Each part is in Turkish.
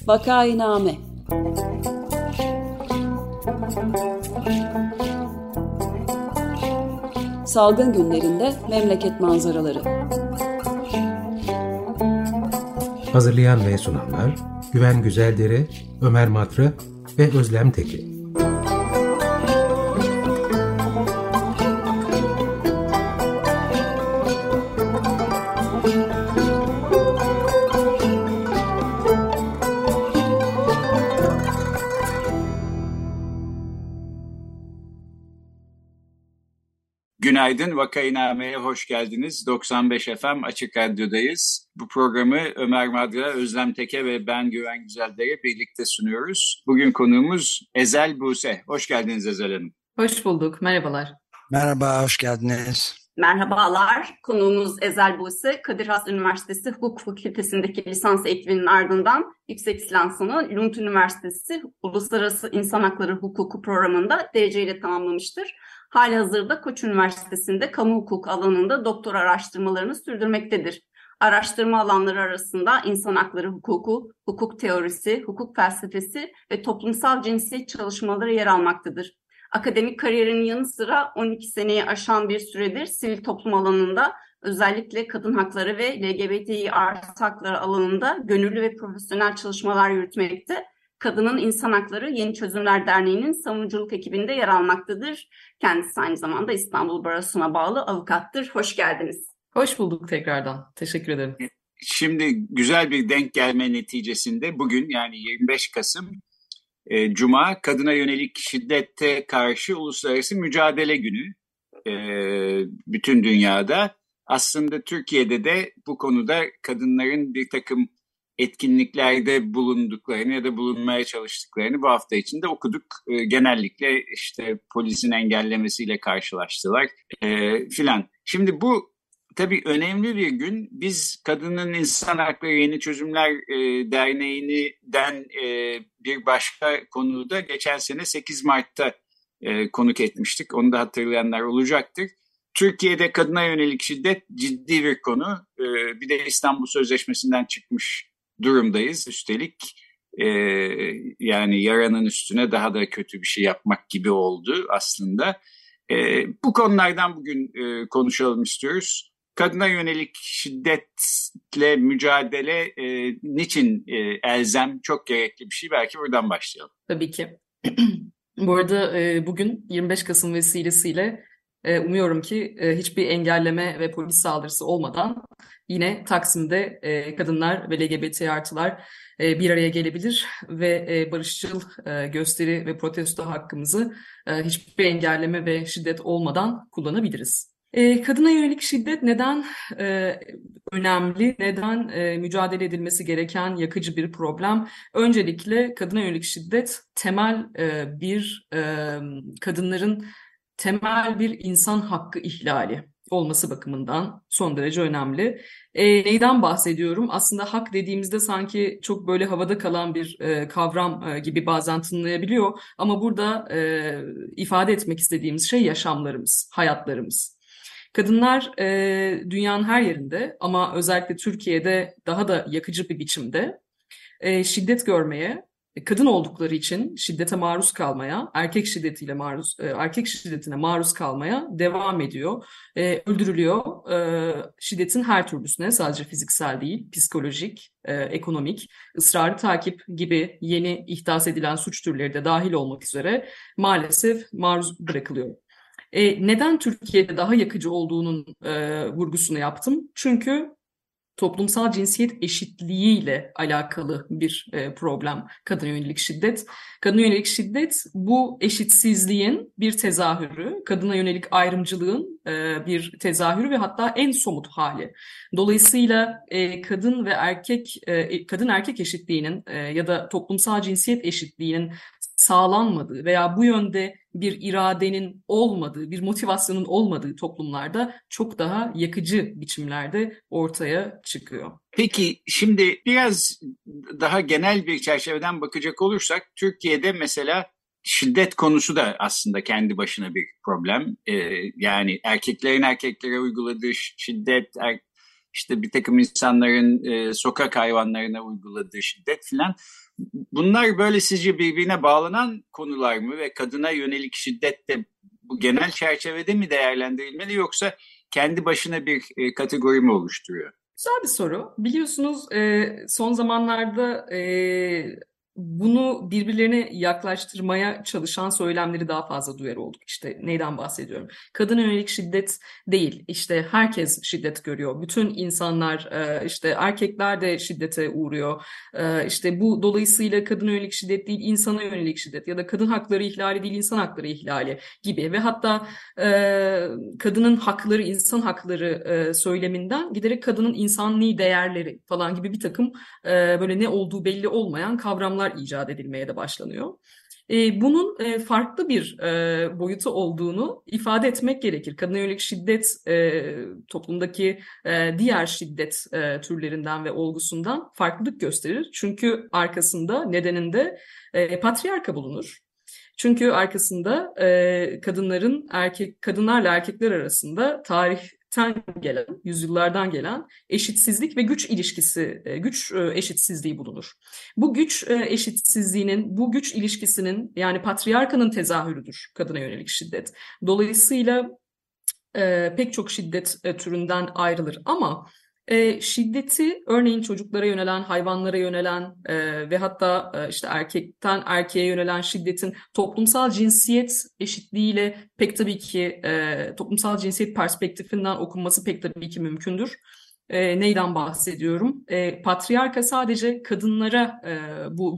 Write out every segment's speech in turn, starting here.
Vakainame. Salgın günlerinde memleket manzaraları. Hazırlayan ve sunanlar Güven Güzeldere, Ömer Madra ve Özlem Tekin. Günaydın, Vakainame'ye hoş geldiniz. 95 FM Açık Radyo'dayız. Bu programı Ömer Madra, Özlem Teke ve ben Güven Güzeldere birlikte sunuyoruz. Bugün konuğumuz Ezel Buse. Hoş geldiniz Ezel Hanım. Hoş bulduk, merhabalar. Merhaba, hoş geldiniz. Merhabalar, konuğumuz Ezel Buse, Kadir Has Üniversitesi Hukuk Fakültesi'ndeki lisans eğitiminin ardından yüksek lisansını Lund Üniversitesi Uluslararası İnsan Hakları Hukuku programında dereceyle tamamlamıştır. Halihazırda Koç Üniversitesi'nde kamu hukuku alanında doktora araştırmalarını sürdürmektedir. Araştırma alanları arasında insan hakları hukuku, hukuk teorisi, hukuk felsefesi ve toplumsal cinsiyet çalışmaları yer almaktadır. Akademik kariyerinin yanı sıra 12 seneyi aşan bir süredir sivil toplum alanında özellikle kadın hakları ve LGBTİ artı hakları alanında gönüllü ve profesyonel çalışmalar yürütmekte. Kadının İnsan Hakları Yeni Çözümler Derneği'nin savunuculuk ekibinde yer almaktadır. Kendisi aynı zamanda İstanbul Barosu'na bağlı avukattır. Hoş geldiniz. Hoş bulduk tekrardan. Teşekkür ederim. Şimdi güzel bir denk gelme neticesinde bugün yani 25 Kasım Cuma kadına yönelik şiddete karşı Uluslararası Mücadele Günü bütün dünyada. Aslında Türkiye'de de bu konuda kadınların bir takım etkinliklerde bulunduklarını ya da bulunmaya çalıştıklarını bu hafta içinde okuduk. Genellikle işte polisin engellemesiyle karşılaştılar filan. Şimdi bu tabii önemli bir gün. Biz Kadının İnsan Hakları Yeni Çözümler Derneği'nden bir başka konuda geçen sene 8 Mart'ta konuk etmiştik. Onu da hatırlayanlar olacaktır. Türkiye'de kadına yönelik şiddet ciddi bir konu. Bir de İstanbul Sözleşmesi'nden çıkmış durumdayız. Üstelik yani yaranın üstüne daha da kötü bir şey yapmak gibi oldu aslında. Bu konulardan bugün konuşalım istiyoruz. Kadına yönelik şiddetle mücadele niçin elzem, çok gerekli bir şey? Belki buradan başlayalım. Tabii ki. Bu arada bugün 25 Kasım vesilesiyle umuyorum ki hiçbir engelleme ve polis saldırısı olmadan yine Taksim'de kadınlar ve LGBT artılar bir araya gelebilir ve barışçıl gösteri ve protesto hakkımızı hiçbir engelleme ve şiddet olmadan kullanabiliriz. Kadına yönelik şiddet neden önemli, neden mücadele edilmesi gereken yakıcı bir problem? Öncelikle kadına yönelik şiddet temel kadınların temel bir insan hakkı ihlali olması bakımından son derece önemli. Neyden bahsediyorum? Aslında hak dediğimizde sanki çok böyle havada kalan bir kavram gibi bazen tınlayabiliyor. Ama burada ifade etmek istediğimiz şey yaşamlarımız, hayatlarımız. Kadınlar dünyanın her yerinde ama özellikle Türkiye'de daha da yakıcı bir biçimde şiddet görmeye, kadın oldukları için şiddete maruz kalmaya, erkek şiddetine maruz kalmaya devam ediyor. Öldürülüyor. Şiddetin her türlüsüne, sadece fiziksel değil, psikolojik, ekonomik, ısrarlı takip gibi yeni ihdas edilen suç türleri de dahil olmak üzere maalesef maruz bırakılıyor. Neden Türkiye'de daha yakıcı olduğunun vurgusunu yaptım? Çünkü toplumsal cinsiyet eşitliğiyle alakalı bir problem kadına yönelik şiddet. Kadına yönelik şiddet bu eşitsizliğin bir tezahürü, kadına yönelik ayrımcılığın bir tezahürü ve hatta en somut hali. Dolayısıyla kadın erkek eşitliğinin ya da toplumsal cinsiyet eşitliğinin sağlanmadığı veya bu yönde bir iradenin olmadığı, bir motivasyonun olmadığı toplumlarda çok daha yakıcı biçimlerde ortaya çıkıyor. Peki şimdi biraz daha genel bir çerçeveden bakacak olursak Türkiye'de mesela şiddet konusu da aslında kendi başına bir problem. Yani erkeklerin erkeklere uyguladığı şiddet, işte bir takım insanların sokak hayvanlarına uyguladığı şiddet filan. Bunlar böyle sizce birbirine bağlanan konular mı ve kadına yönelik şiddet de bu genel çerçevede mi değerlendirilmeli yoksa kendi başına bir kategori mi oluşturuyor? Güzel bir soru. Biliyorsunuz son zamanlarda bunu birbirlerine yaklaştırmaya çalışan söylemleri daha fazla duyar olduk. İşte neyden bahsediyorum? Kadına yönelik şiddet değil. İşte herkes şiddet görüyor. Bütün insanlar, işte erkekler de şiddete uğruyor. İşte bu dolayısıyla kadına yönelik şiddet değil, insana yönelik şiddet ya da kadın hakları ihlali değil, insan hakları ihlali gibi ve hatta kadının hakları, insan hakları söyleminden giderek kadının insani değerleri falan gibi bir takım böyle ne olduğu belli olmayan kavramlar icat edilmeye de başlanıyor. Bunun farklı bir boyutu olduğunu ifade etmek gerekir. Kadına yönelik şiddet toplumdaki diğer şiddet türlerinden ve olgusundan farklılık gösterir. Çünkü arkasında, nedeninde patriarka bulunur. Çünkü arkasında kadınlarla erkekler arasında tarihten gelen, yüzyıllardan gelen eşitsizlik ve güç ilişkisi, güç eşitsizliği bulunur. Bu güç eşitsizliğinin, bu güç ilişkisinin yani patriarkanın tezahürüdür kadına yönelik şiddet. Dolayısıyla pek çok şiddet türünden ayrılır ama şiddeti örneğin çocuklara yönelen, hayvanlara yönelen ve hatta işte erkekten erkeğe yönelen şiddetin toplumsal cinsiyet eşitliğiyle pek tabii ki toplumsal cinsiyet perspektifinden okunması pek tabii ki mümkündür. Neyden bahsediyorum? Patriarka sadece kadınlara bu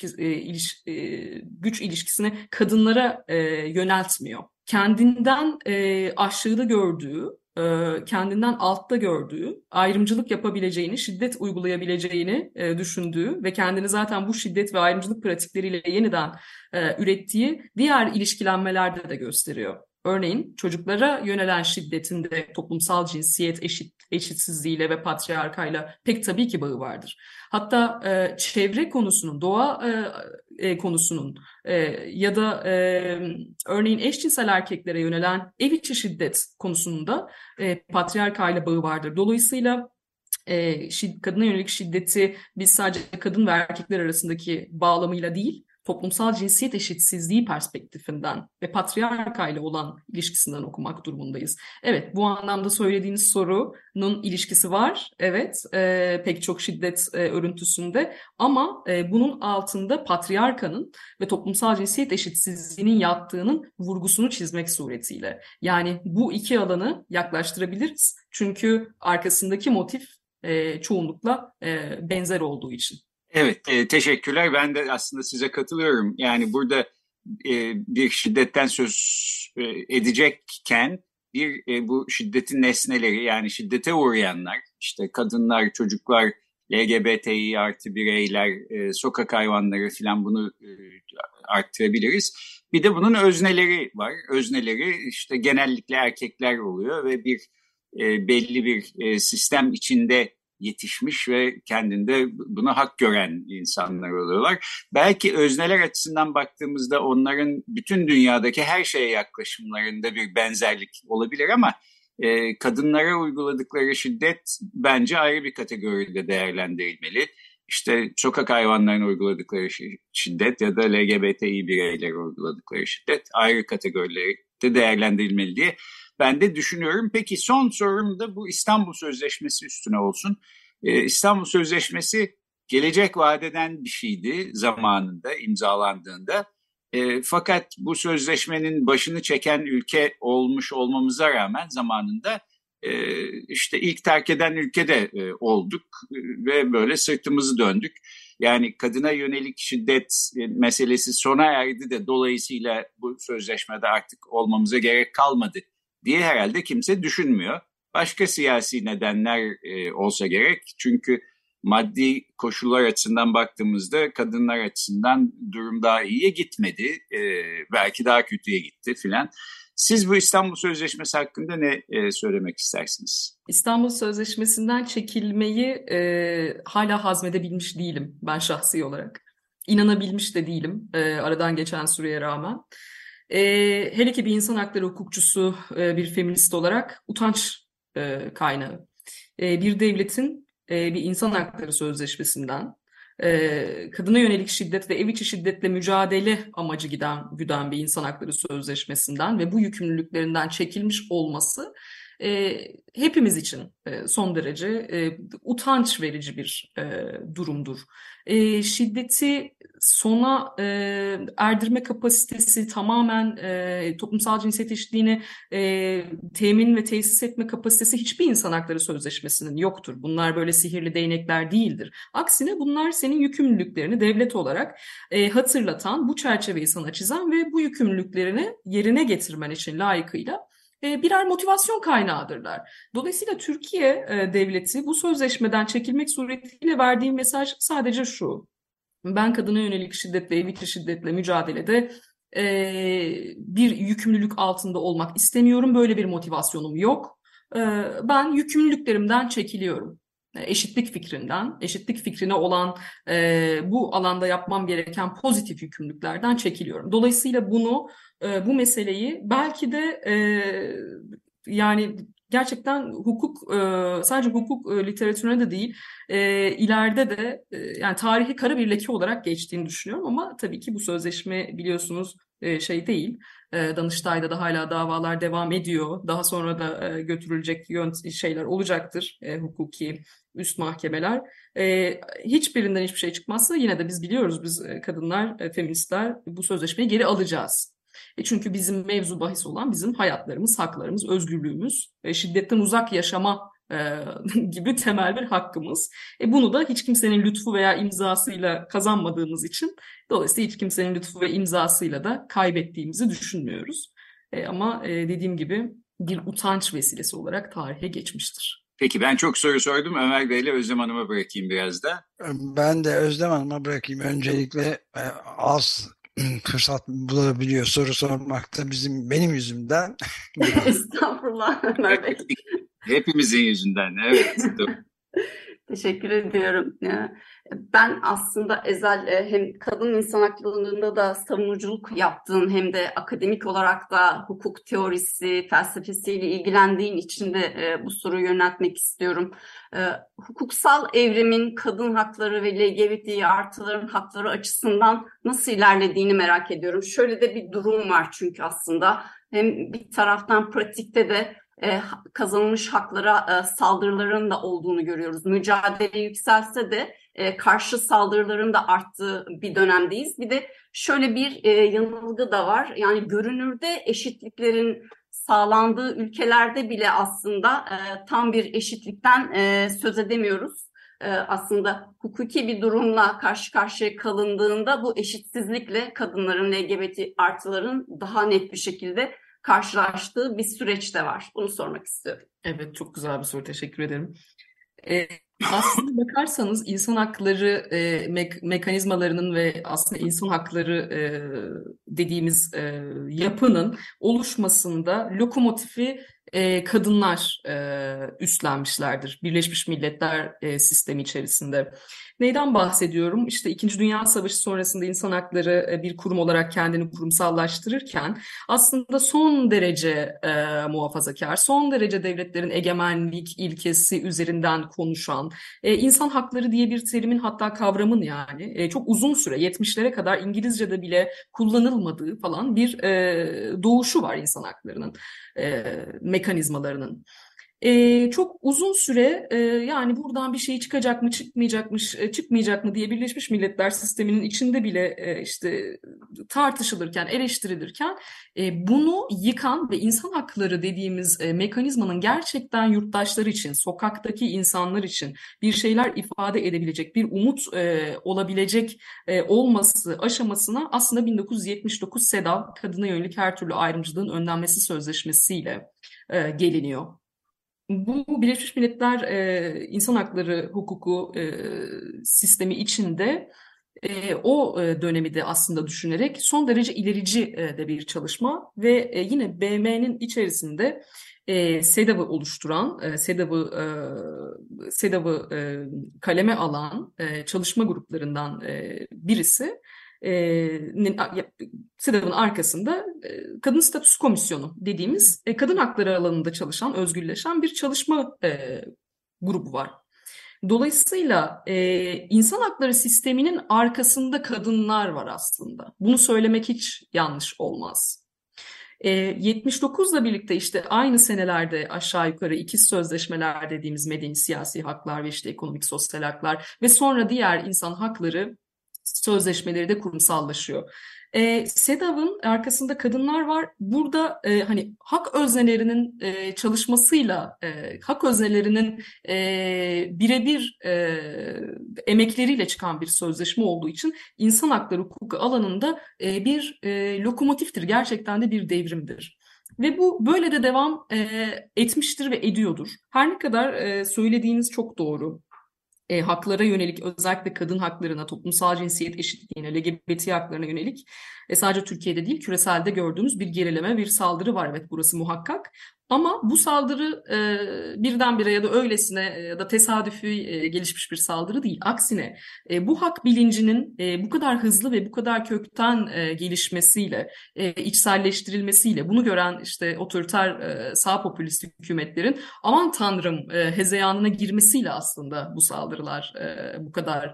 güç ilişkisini kadınlara yöneltmiyor. Kendinden aşağıda gördüğü, kendinden altta gördüğü, ayrımcılık yapabileceğini, şiddet uygulayabileceğini düşündüğü ve kendini zaten bu şiddet ve ayrımcılık pratikleriyle yeniden ürettiği diğer ilişkilenmelerde de gösteriyor. Örneğin çocuklara yönelen şiddetin de toplumsal cinsiyet eşitsizliğiyle ve patriarkayla pek tabii ki bağı vardır. Hatta çevre konusunun, doğa konusunun ya da örneğin eşcinsel erkeklere yönelen ev içi şiddet konusunun da patriarkayla bağı vardır. Dolayısıyla kadına yönelik şiddeti biz sadece kadın ve erkekler arasındaki bağlamıyla değil, toplumsal cinsiyet eşitsizliği perspektifinden ve patriarkayla olan ilişkisinden okumak durumundayız. Evet, bu anlamda söylediğiniz sorunun ilişkisi var. Evet, pek çok şiddet örüntüsünde ama bunun altında patriarkanın ve toplumsal cinsiyet eşitsizliğinin yattığının vurgusunu çizmek suretiyle. Yani bu iki alanı yaklaştırabiliriz. Çünkü arkasındaki motif çoğunlukla benzer olduğu için. Evet, teşekkürler. Ben de aslında size katılıyorum. Yani burada bir şiddetten söz edecekken bu şiddetin nesneleri yani şiddete uğrayanlar, işte kadınlar, çocuklar, LGBTİ artı bireyler, sokak hayvanları falan bunu arttırabiliriz. Bir de bunun özneleri var. Özneleri işte genellikle erkekler oluyor ve belli bir sistem içinde yetişmiş ve kendinde buna hak gören insanlar oluyorlar. Belki özneler açısından baktığımızda onların bütün dünyadaki her şeye yaklaşımlarında bir benzerlik olabilir ama kadınlara uyguladıkları şiddet bence ayrı bir kategoride değerlendirilmeli. İşte sokak hayvanlarına uyguladıkları şiddet ya da LGBTİ bireylere uyguladıkları şiddet ayrı kategorilerde değerlendirilmeli diye ben de düşünüyorum. Peki son sorum da bu İstanbul Sözleşmesi üstüne olsun. İstanbul Sözleşmesi gelecek vadeden bir şeydi zamanında imzalandığında. Fakat bu sözleşmenin başını çeken ülke olmuş olmamıza rağmen zamanında işte ilk terk eden ülkede olduk ve böyle sırtımızı döndük. Yani kadına yönelik şiddet meselesi sona erdi de dolayısıyla bu sözleşmede artık olmamıza gerek kalmadı diye herhalde kimse düşünmüyor. Başka siyasi nedenler olsa gerek. Çünkü maddi koşullar açısından baktığımızda kadınlar açısından durum daha iyiye gitmedi. Belki daha kötüye gitti filan. Siz bu İstanbul Sözleşmesi hakkında ne söylemek istersiniz? İstanbul Sözleşmesi'nden çekilmeyi hala hazmedebilmiş değilim ben şahsi olarak. İnanabilmiş de değilim aradan geçen süreye rağmen. Hele ki bir insan hakları hukukçusu, bir feminist olarak utanç kaynağı. Bir devletin bir insan hakları sözleşmesinden kadına yönelik şiddet ve ev içi şiddetle mücadele amacı güden bir insan hakları sözleşmesinden ve bu yükümlülüklerinden çekilmiş olması hepimiz için son derece utanç verici bir durumdur. Şiddeti sona erdirme kapasitesi tamamen toplumsal cinsiyet eşitliğini temin ve tesis etme kapasitesi hiçbir insan hakları sözleşmesinin yoktur. Bunlar böyle sihirli değnekler değildir. Aksine bunlar senin yükümlülüklerini devlet olarak hatırlatan, bu çerçeveyi sana çizen ve bu yükümlülüklerini yerine getirmen için layıkıyla birer motivasyon kaynağıdırlar. Dolayısıyla Türkiye devleti bu sözleşmeden çekilmek suretiyle verdiği mesaj sadece şu: ben kadına yönelik şiddetle, ev içi şiddetle mücadelede bir yükümlülük altında olmak istemiyorum. Böyle bir motivasyonum yok. Ben yükümlülüklerimden çekiliyorum. Eşitlik fikrinden, eşitlik fikrine olan bu alanda yapmam gereken pozitif yükümlülüklerden çekiliyorum. Dolayısıyla bu meseleyi belki de yani gerçekten sadece hukuk literatürüne de değil, ileride de yani tarihi kara bir leke olarak geçtiğini düşünüyorum. Ama tabii ki bu sözleşme biliyorsunuz şey değil. Danıştay'da da hala davalar devam ediyor. Daha sonra da götürülecek şeyler olacaktır, hukuki üst mahkemeler. Hiçbirinden hiçbir şey çıkmazsa yine de biz biliyoruz, biz kadınlar, feministler bu sözleşmeyi geri alacağız. Çünkü bizim mevzu bahis olan bizim hayatlarımız, haklarımız, özgürlüğümüz, şiddetten uzak yaşama gibi temel bir hakkımız. Bunu da hiç kimsenin lütfu veya imzasıyla kazanmadığımız için, dolayısıyla hiç kimsenin lütfu ve imzasıyla da kaybettiğimizi düşünmüyoruz. Ama dediğim gibi bir utanç vesilesi olarak tarihe geçmiştir. Peki, ben çok soru sordum. Ömer Bey'le Özlem Hanım'a bırakayım biraz da. Ben de Özlem Hanım'a bırakayım. Öncelikle az fırsat bulabiliyor soru sormakta benim yüzümden. Estağfurullah Ömer Bey. Hepimizin yüzünden, evet. Teşekkür ediyorum. Ben aslında Ezel hem kadın insan haklarında da savunuculuk yaptığın hem de akademik olarak da hukuk teorisi, felsefesiyle ilgilendiğin için de bu soruyu yöneltmek istiyorum. Hukuksal evrimin kadın hakları ve LGBT artıların hakları açısından nasıl ilerlediğini merak ediyorum. Şöyle de bir durum var çünkü aslında hem bir taraftan pratikte de kazanılmış haklara saldırıların da olduğunu görüyoruz. Mücadele yükselse de karşı saldırıların da arttığı bir dönemdeyiz. Bir de şöyle bir yanılgı da var. Yani görünürde eşitliklerin sağlandığı ülkelerde bile aslında tam bir eşitlikten söz edemiyoruz. Aslında hukuki bir durumla karşı karşıya kalındığında bu eşitsizlikle kadınların, LGBT artıların daha net bir şekilde karşılaştığı bir süreç de var. Bunu sormak istiyorum. Evet, çok güzel bir soru. Teşekkür ederim. Aslında bakarsanız insan hakları mekanizmalarının ve aslında insan hakları dediğimiz yapının oluşmasında lokomotifi kadınlar üstlenmişlerdir. Birleşmiş Milletler sistemi içerisinde. Neyden bahsediyorum? İşte İkinci Dünya Savaşı sonrasında insan hakları bir kurum olarak kendini kurumsallaştırırken aslında son derece muhafazakar, son derece devletlerin egemenlik ilkesi üzerinden konuşan, insan hakları diye bir terimin, hatta kavramın yani çok uzun süre 70'lere kadar İngilizce'de bile kullanılmadığı falan bir doğuşu var insan haklarının mekanizmalarının. Çok uzun süre yani buradan bir şey çıkacak mı, çıkmayacak mı diye Birleşmiş Milletler sisteminin içinde bile işte tartışılırken, eleştirilirken bunu yıkan ve insan hakları dediğimiz mekanizmanın gerçekten yurttaşlar için, sokaktaki insanlar için bir şeyler ifade edebilecek, bir umut olabilecek olması aşamasına aslında 1979 SEDAW, Kadına Yönelik Her Türlü Ayrımcılığın Önlenmesi Sözleşmesi'yle geliniyor. Bu Birleşmiş Milletler İnsan Hakları Hukuku sistemi içinde o dönemi de aslında düşünerek son derece ilerici de bir çalışma ve yine BM'nin içerisinde SEDAW'ı oluşturan, SEDAW'ı kaleme alan çalışma gruplarından birisi. SEDAW'ın arkasında Kadın Statüsü Komisyonu dediğimiz kadın hakları alanında çalışan, özgürleşen bir çalışma grubu var. Dolayısıyla insan hakları sisteminin arkasında kadınlar var aslında. Bunu söylemek hiç yanlış olmaz. 79'la birlikte işte aynı senelerde aşağı yukarı ikiz sözleşmeler dediğimiz medeni siyasi haklar ve işte ekonomik sosyal haklar ve sonra diğer insan hakları sözleşmeleri de kurumsallaşıyor. SEDAV'ın arkasında kadınlar var. Burada hani hak öznelerinin çalışmasıyla, hak öznelerinin birebir emekleriyle çıkan bir sözleşme olduğu için insan hakları hukuku alanında bir lokomotiftir. Gerçekten de bir devrimdir. Ve bu böyle de devam etmiştir ve ediyordur. Her ne kadar söylediğiniz çok doğru. Haklara yönelik özellikle kadın haklarına, toplumsal cinsiyet eşitliğine, LGBT haklarına yönelik sadece Türkiye'de değil küreselde gördüğümüz bir gerileme, bir saldırı var. Evet burası muhakkak. Ama bu saldırı birdenbire ya da öylesine ya da tesadüfi gelişmiş bir saldırı değil. Aksine bu hak bilincinin bu kadar hızlı ve bu kadar kökten gelişmesiyle, içselleştirilmesiyle bunu gören işte otoriter sağ popülist hükümetlerin aman tanrım hezeyanına girmesiyle aslında bu saldırılar bu kadar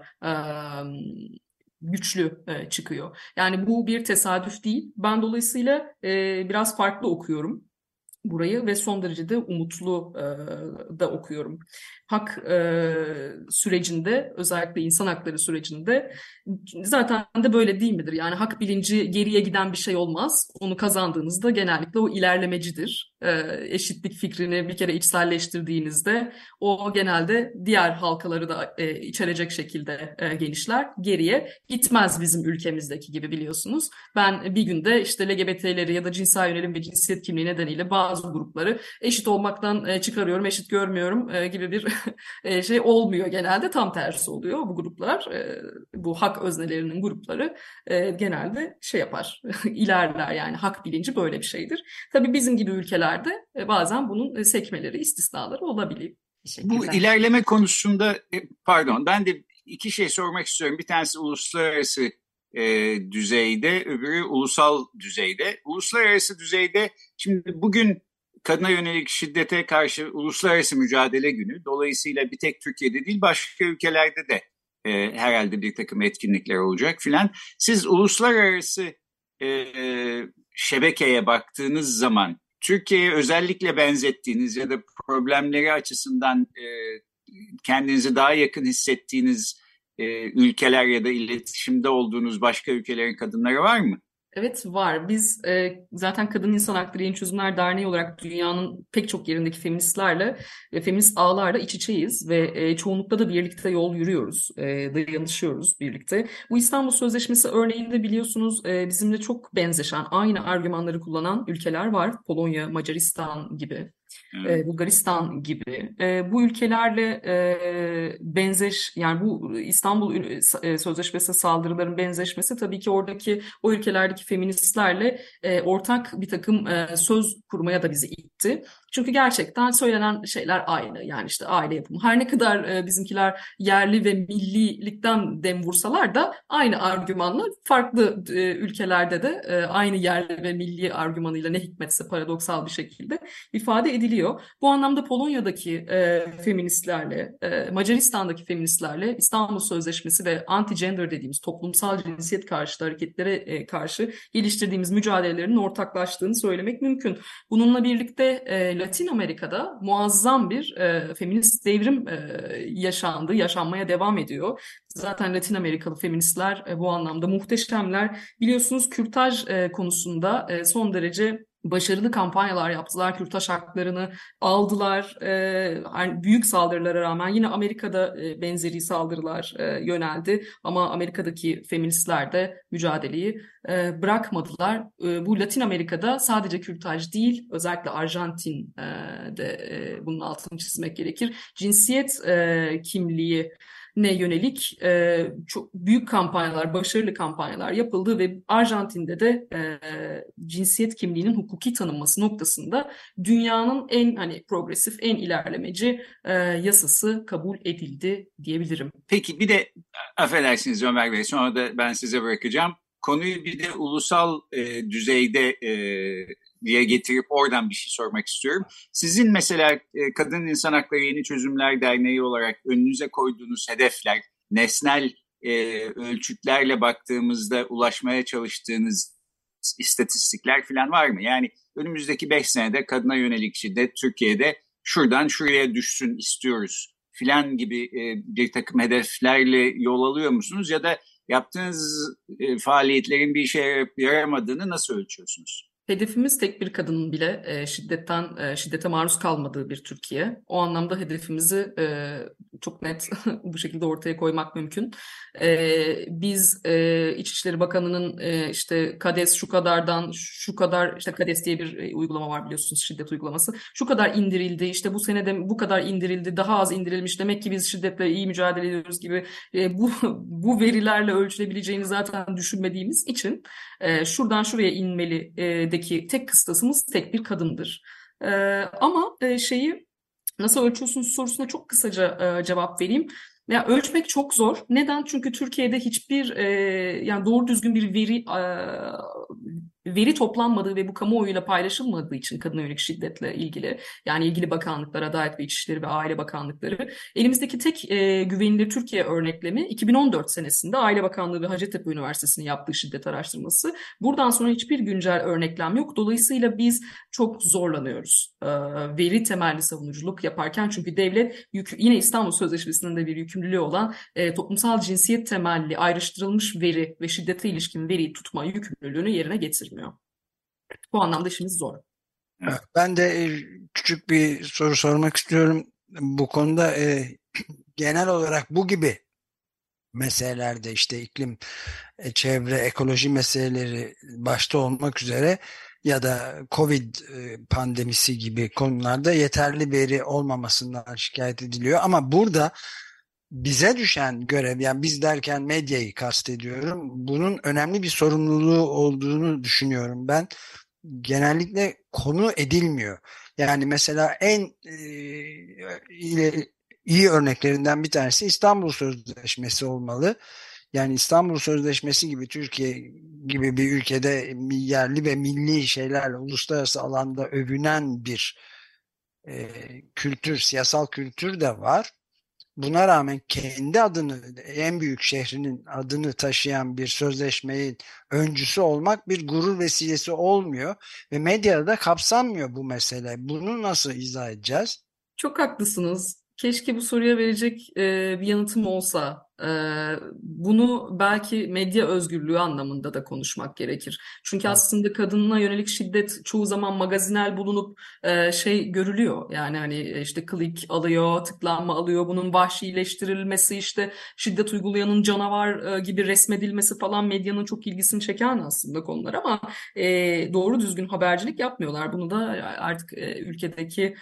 güçlü çıkıyor. Yani bu bir tesadüf değil. Ben dolayısıyla biraz farklı okuyorum burayı ve son derece de umutlu da okuyorum. Hak sürecinde, özellikle insan hakları sürecinde zaten de böyle değil midir? Yani hak bilinci geriye giden bir şey olmaz. Onu kazandığınızda genellikle o ilerlemecidir. Eşitlik fikrini bir kere içselleştirdiğinizde o genelde diğer halkaları da içerecek şekilde genişler. Geriye gitmez bizim ülkemizdeki gibi biliyorsunuz. Ben bir günde işte LGBT'leri ya da cinsel yönelim ve cinsiyet kimliği nedeniyle bazı grupları eşit olmaktan çıkarıyorum, eşit görmüyorum gibi bir şey olmuyor genelde. Tam tersi oluyor bu gruplar. Bu hak öznelerinin grupları genelde şey yapar, ilerler yani hak bilinci böyle bir şeydir. Tabii bizim gibi ülkelerde bazen bunun sekmeleri, istisnaları olabiliyor. Bu ilerleme konusunda pardon ben de iki şey sormak istiyorum. Bir tanesi uluslararası düzeyde, öbürü ulusal düzeyde. Uluslararası düzeyde şimdi bugün kadına yönelik şiddete karşı uluslararası mücadele günü. Dolayısıyla bir tek Türkiye'de değil başka ülkelerde de herhalde bir takım etkinlikler olacak filan. Siz uluslararası şebekeye baktığınız zaman Türkiye'ye özellikle benzettiğiniz ya da problemleri açısından kendinizi daha yakın hissettiğiniz ülkeler ya da iletişimde olduğunuz başka ülkelerin kadınları var mı? Evet var. Biz zaten Kadın İnsan Hakları Yeni Çözümler Derneği olarak dünyanın pek çok yerindeki feministlerle ve feminist ağlarla iç içeyiz ve çoğunlukla da birlikte yol yürüyoruz, dayanışıyoruz birlikte. Bu İstanbul Sözleşmesi örneğinde biliyorsunuz bizimle çok benzeşen, aynı argümanları kullanan ülkeler var. Polonya, Macaristan gibi. Bulgaristan gibi bu ülkelerle yani bu İstanbul Sözleşmesi saldırıların benzeşmesi tabii ki oradaki o ülkelerdeki feministlerle ortak bir takım söz kurmaya da bizi itti. Çünkü gerçekten söylenen şeyler aynı. Yani işte aile yapımı. Her ne kadar bizimkiler yerli ve millilikten dem vursalar da aynı argümanlar farklı ülkelerde de aynı yerli ve milli argümanıyla ne hikmetse paradoksal bir şekilde ifade ediliyor. Bu anlamda Polonya'daki feministlerle, Macaristan'daki feministlerle İstanbul Sözleşmesi ve anti-gender dediğimiz toplumsal cinsiyet karşıtı hareketlere karşı geliştirdiğimiz mücadelelerin ortaklaştığını söylemek mümkün. Bununla birlikte Latin Amerika'da muazzam bir feminist devrim yaşanmaya devam ediyor. Zaten Latin Amerikalı feministler bu anlamda muhteşemler. Biliyorsunuz kürtaj konusunda son derece başarılı kampanyalar yaptılar, kürtaj haklarını aldılar. Büyük saldırılara rağmen yine Amerika'da benzeri saldırılar yöneldi. Ama Amerika'daki feministler de mücadeleyi bırakmadılar. Bu Latin Amerika'da sadece kürtaj değil, özellikle Arjantin'de bunun altını çizmek gerekir. Cinsiyet kimliği ne yönelik çok büyük kampanyalar, başarılı kampanyalar yapıldı ve Arjantin'de de cinsiyet kimliğinin hukuki tanınması noktasında dünyanın en progresif, en ilerlemeci yasası kabul edildi diyebilirim. Peki bir de affedersiniz Ömer Bey, sonra da ben size bırakacağım. konuyu bir de ulusal düzeyde diye getirip oradan bir şey sormak istiyorum. Sizin mesela Kadın İnsan Hakları Yeni Çözümler Derneği olarak önünüze koyduğunuz hedefler, nesnel ölçütlerle baktığımızda ulaşmaya çalıştığınız istatistikler falan var mı? Yani önümüzdeki 5 senede kadına yönelik şiddet Türkiye'de şuradan şuraya düşsün istiyoruz filan gibi bir takım hedeflerle yol alıyor musunuz? Ya da yaptığınız faaliyetlerin bir işe yaramadığını nasıl ölçüyorsunuz? Hedefimiz tek bir kadının bile şiddete maruz kalmadığı bir Türkiye. O anlamda hedefimizi çok net bu şekilde ortaya koymak mümkün. Biz İçişleri Bakanı'nın işte KADES şu kadardan şu kadar, işte KADES diye bir uygulama var biliyorsunuz, şiddet uygulaması. Şu kadar indirildi, işte bu senede bu kadar indirildi, daha az indirilmiş. Demek ki biz şiddetle iyi mücadele ediyoruz gibi bu verilerle ölçülebileceğini zaten düşünmediğimiz için şuradan şuraya inmelideki tek kıstasımız tek bir kadındır. Ama şeyi nasıl ölçüyorsunuz sorusuna çok kısaca cevap vereyim. Ya ölçmek çok zor. Neden? Çünkü Türkiye'de hiçbir yani doğru düzgün bir veri toplanmadığı ve bu kamuoyuyla paylaşılmadığı için kadına yönelik şiddetle ilgili, yani ilgili bakanlıklar, Adalet ve İçişleri ve Aile Bakanlıkları, elimizdeki tek güvenilir Türkiye örneklemi 2014 senesinde Aile Bakanlığı ve Hacettepe Üniversitesi'nin yaptığı şiddet araştırması. Buradan sonra hiçbir güncel örneklem yok. Dolayısıyla biz çok zorlanıyoruz veri temelli savunuculuk yaparken, çünkü devlet yine İstanbul Sözleşmesi'nin de bir yükümlülüğü olan toplumsal cinsiyet temelli ayrıştırılmış veri ve şiddete ilişkin veriyi tutma yükümlülüğünü yerine getirmiyor. Bu anlamda işimiz zor. Ben de küçük bir soru sormak istiyorum. Bu konuda genel olarak bu gibi meselelerde, işte iklim, çevre, ekoloji meseleleri başta olmak üzere ya da Covid pandemisi gibi konularda yeterli veri olmamasından şikayet ediliyor. Ama burada bize düşen görev, yani biz derken medyayı kastediyorum, bunun önemli bir sorumluluğu olduğunu düşünüyorum ben. Genellikle konu edilmiyor. Yani mesela en iyi örneklerinden bir tanesi İstanbul Sözleşmesi olmalı. Yani İstanbul Sözleşmesi gibi Türkiye gibi bir ülkede yerli ve milli şeylerle uluslararası alanda övünen bir kültür, siyasal kültür de var. Buna rağmen kendi adını, en büyük şehrinin adını taşıyan bir sözleşmenin öncüsü olmak bir gurur vesilesi olmuyor ve medyada da kapsanmıyor bu mesele. Bunu nasıl izah edeceğiz? Çok haklısınız. Keşke bu soruya verecek bir yanıtım olsa. Bunu belki medya özgürlüğü anlamında da konuşmak gerekir. Çünkü aslında kadına yönelik şiddet çoğu zaman magazinel bulunup şey görülüyor. Yani hani işte klik alıyor, tıklanma alıyor. Bunun vahşileştirilmesi, işte şiddet uygulayanın canavar gibi resmedilmesi falan medyanın çok ilgisini çeken aslında konular, ama doğru düzgün habercilik yapmıyorlar. Bunu da artık ülkedeki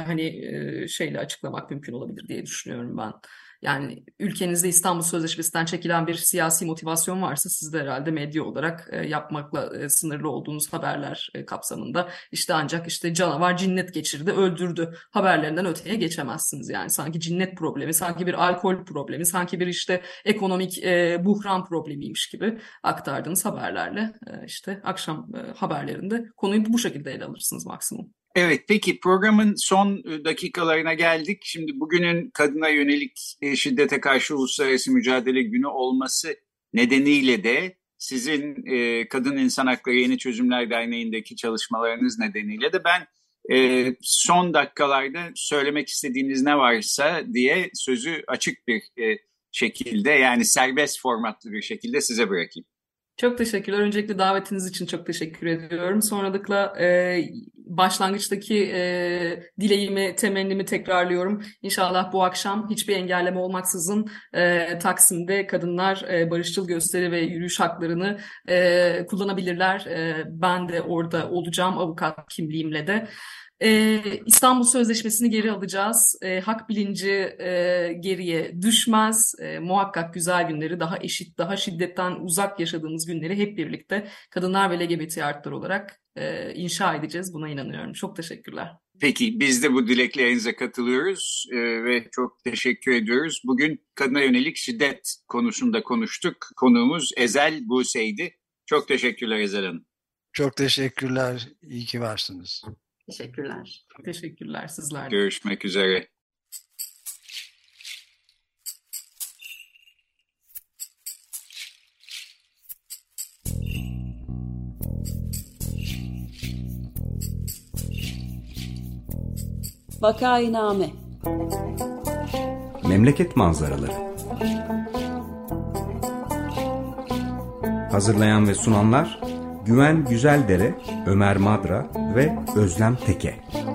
şeyle açıklamak mümkün olabilir diye düşünüyorum ben. Yani ülkenizde İstanbul Sözleşmesi'nden çekilen bir siyasi motivasyon varsa, siz de herhalde medya olarak yapmakla sınırlı olduğunuz haberler kapsamında işte ancak işte canavar cinnet geçirdi, öldürdü haberlerinden öteye geçemezsiniz. Yani sanki cinnet problemi, sanki bir alkol problemi, sanki bir işte ekonomik buhran problemiymiş gibi aktardığınız haberlerle işte akşam haberlerinde konuyu bu şekilde ele alırsınız maksimum. Evet, peki programın son dakikalarına geldik. Şimdi bugünün kadına yönelik şiddete karşı Uluslararası Mücadele Günü olması nedeniyle de sizin Kadın İnsan Hakları Yeni Çözümler Derneği'ndeki çalışmalarınız nedeniyle de ben son dakikalarda söylemek istediğiniz ne varsa diye sözü açık bir şekilde, yani serbest formatlı bir şekilde size bırakayım. Çok teşekkürler. Öncelikle davetiniz için çok teşekkür ediyorum. Sonralıkla başlangıçtaki dileğimi, temennimi tekrarlıyorum. İnşallah bu akşam hiçbir engelleme olmaksızın Taksim'de kadınlar barışçıl gösteri ve yürüyüş haklarını kullanabilirler. Ben de orada olacağım, avukat kimliğimle de. İstanbul Sözleşmesi'ni geri alacağız. Hak bilinci geriye düşmez. Muhakkak güzel günleri, daha eşit, daha şiddetten uzak yaşadığımız günleri hep birlikte kadınlar ve LGBT artılar olarak inşa edeceğiz. Buna inanıyorum. Çok teşekkürler. Peki, biz de bu dileklerinize katılıyoruz ve çok teşekkür ediyoruz. Bugün kadına yönelik şiddet konusunda konuştuk. Konuğumuz Ezel Buse'ydi. Çok teşekkürler Ezel Hanım. Çok teşekkürler. İyi ki varsınız. Teşekkürler. Teşekkürler sizler de. Görüşmek üzere. Vakainame. Memleket manzaraları. Hazırlayan ve sunanlar Güven Güzeldere, Ömer Madra ve Özlem Teke.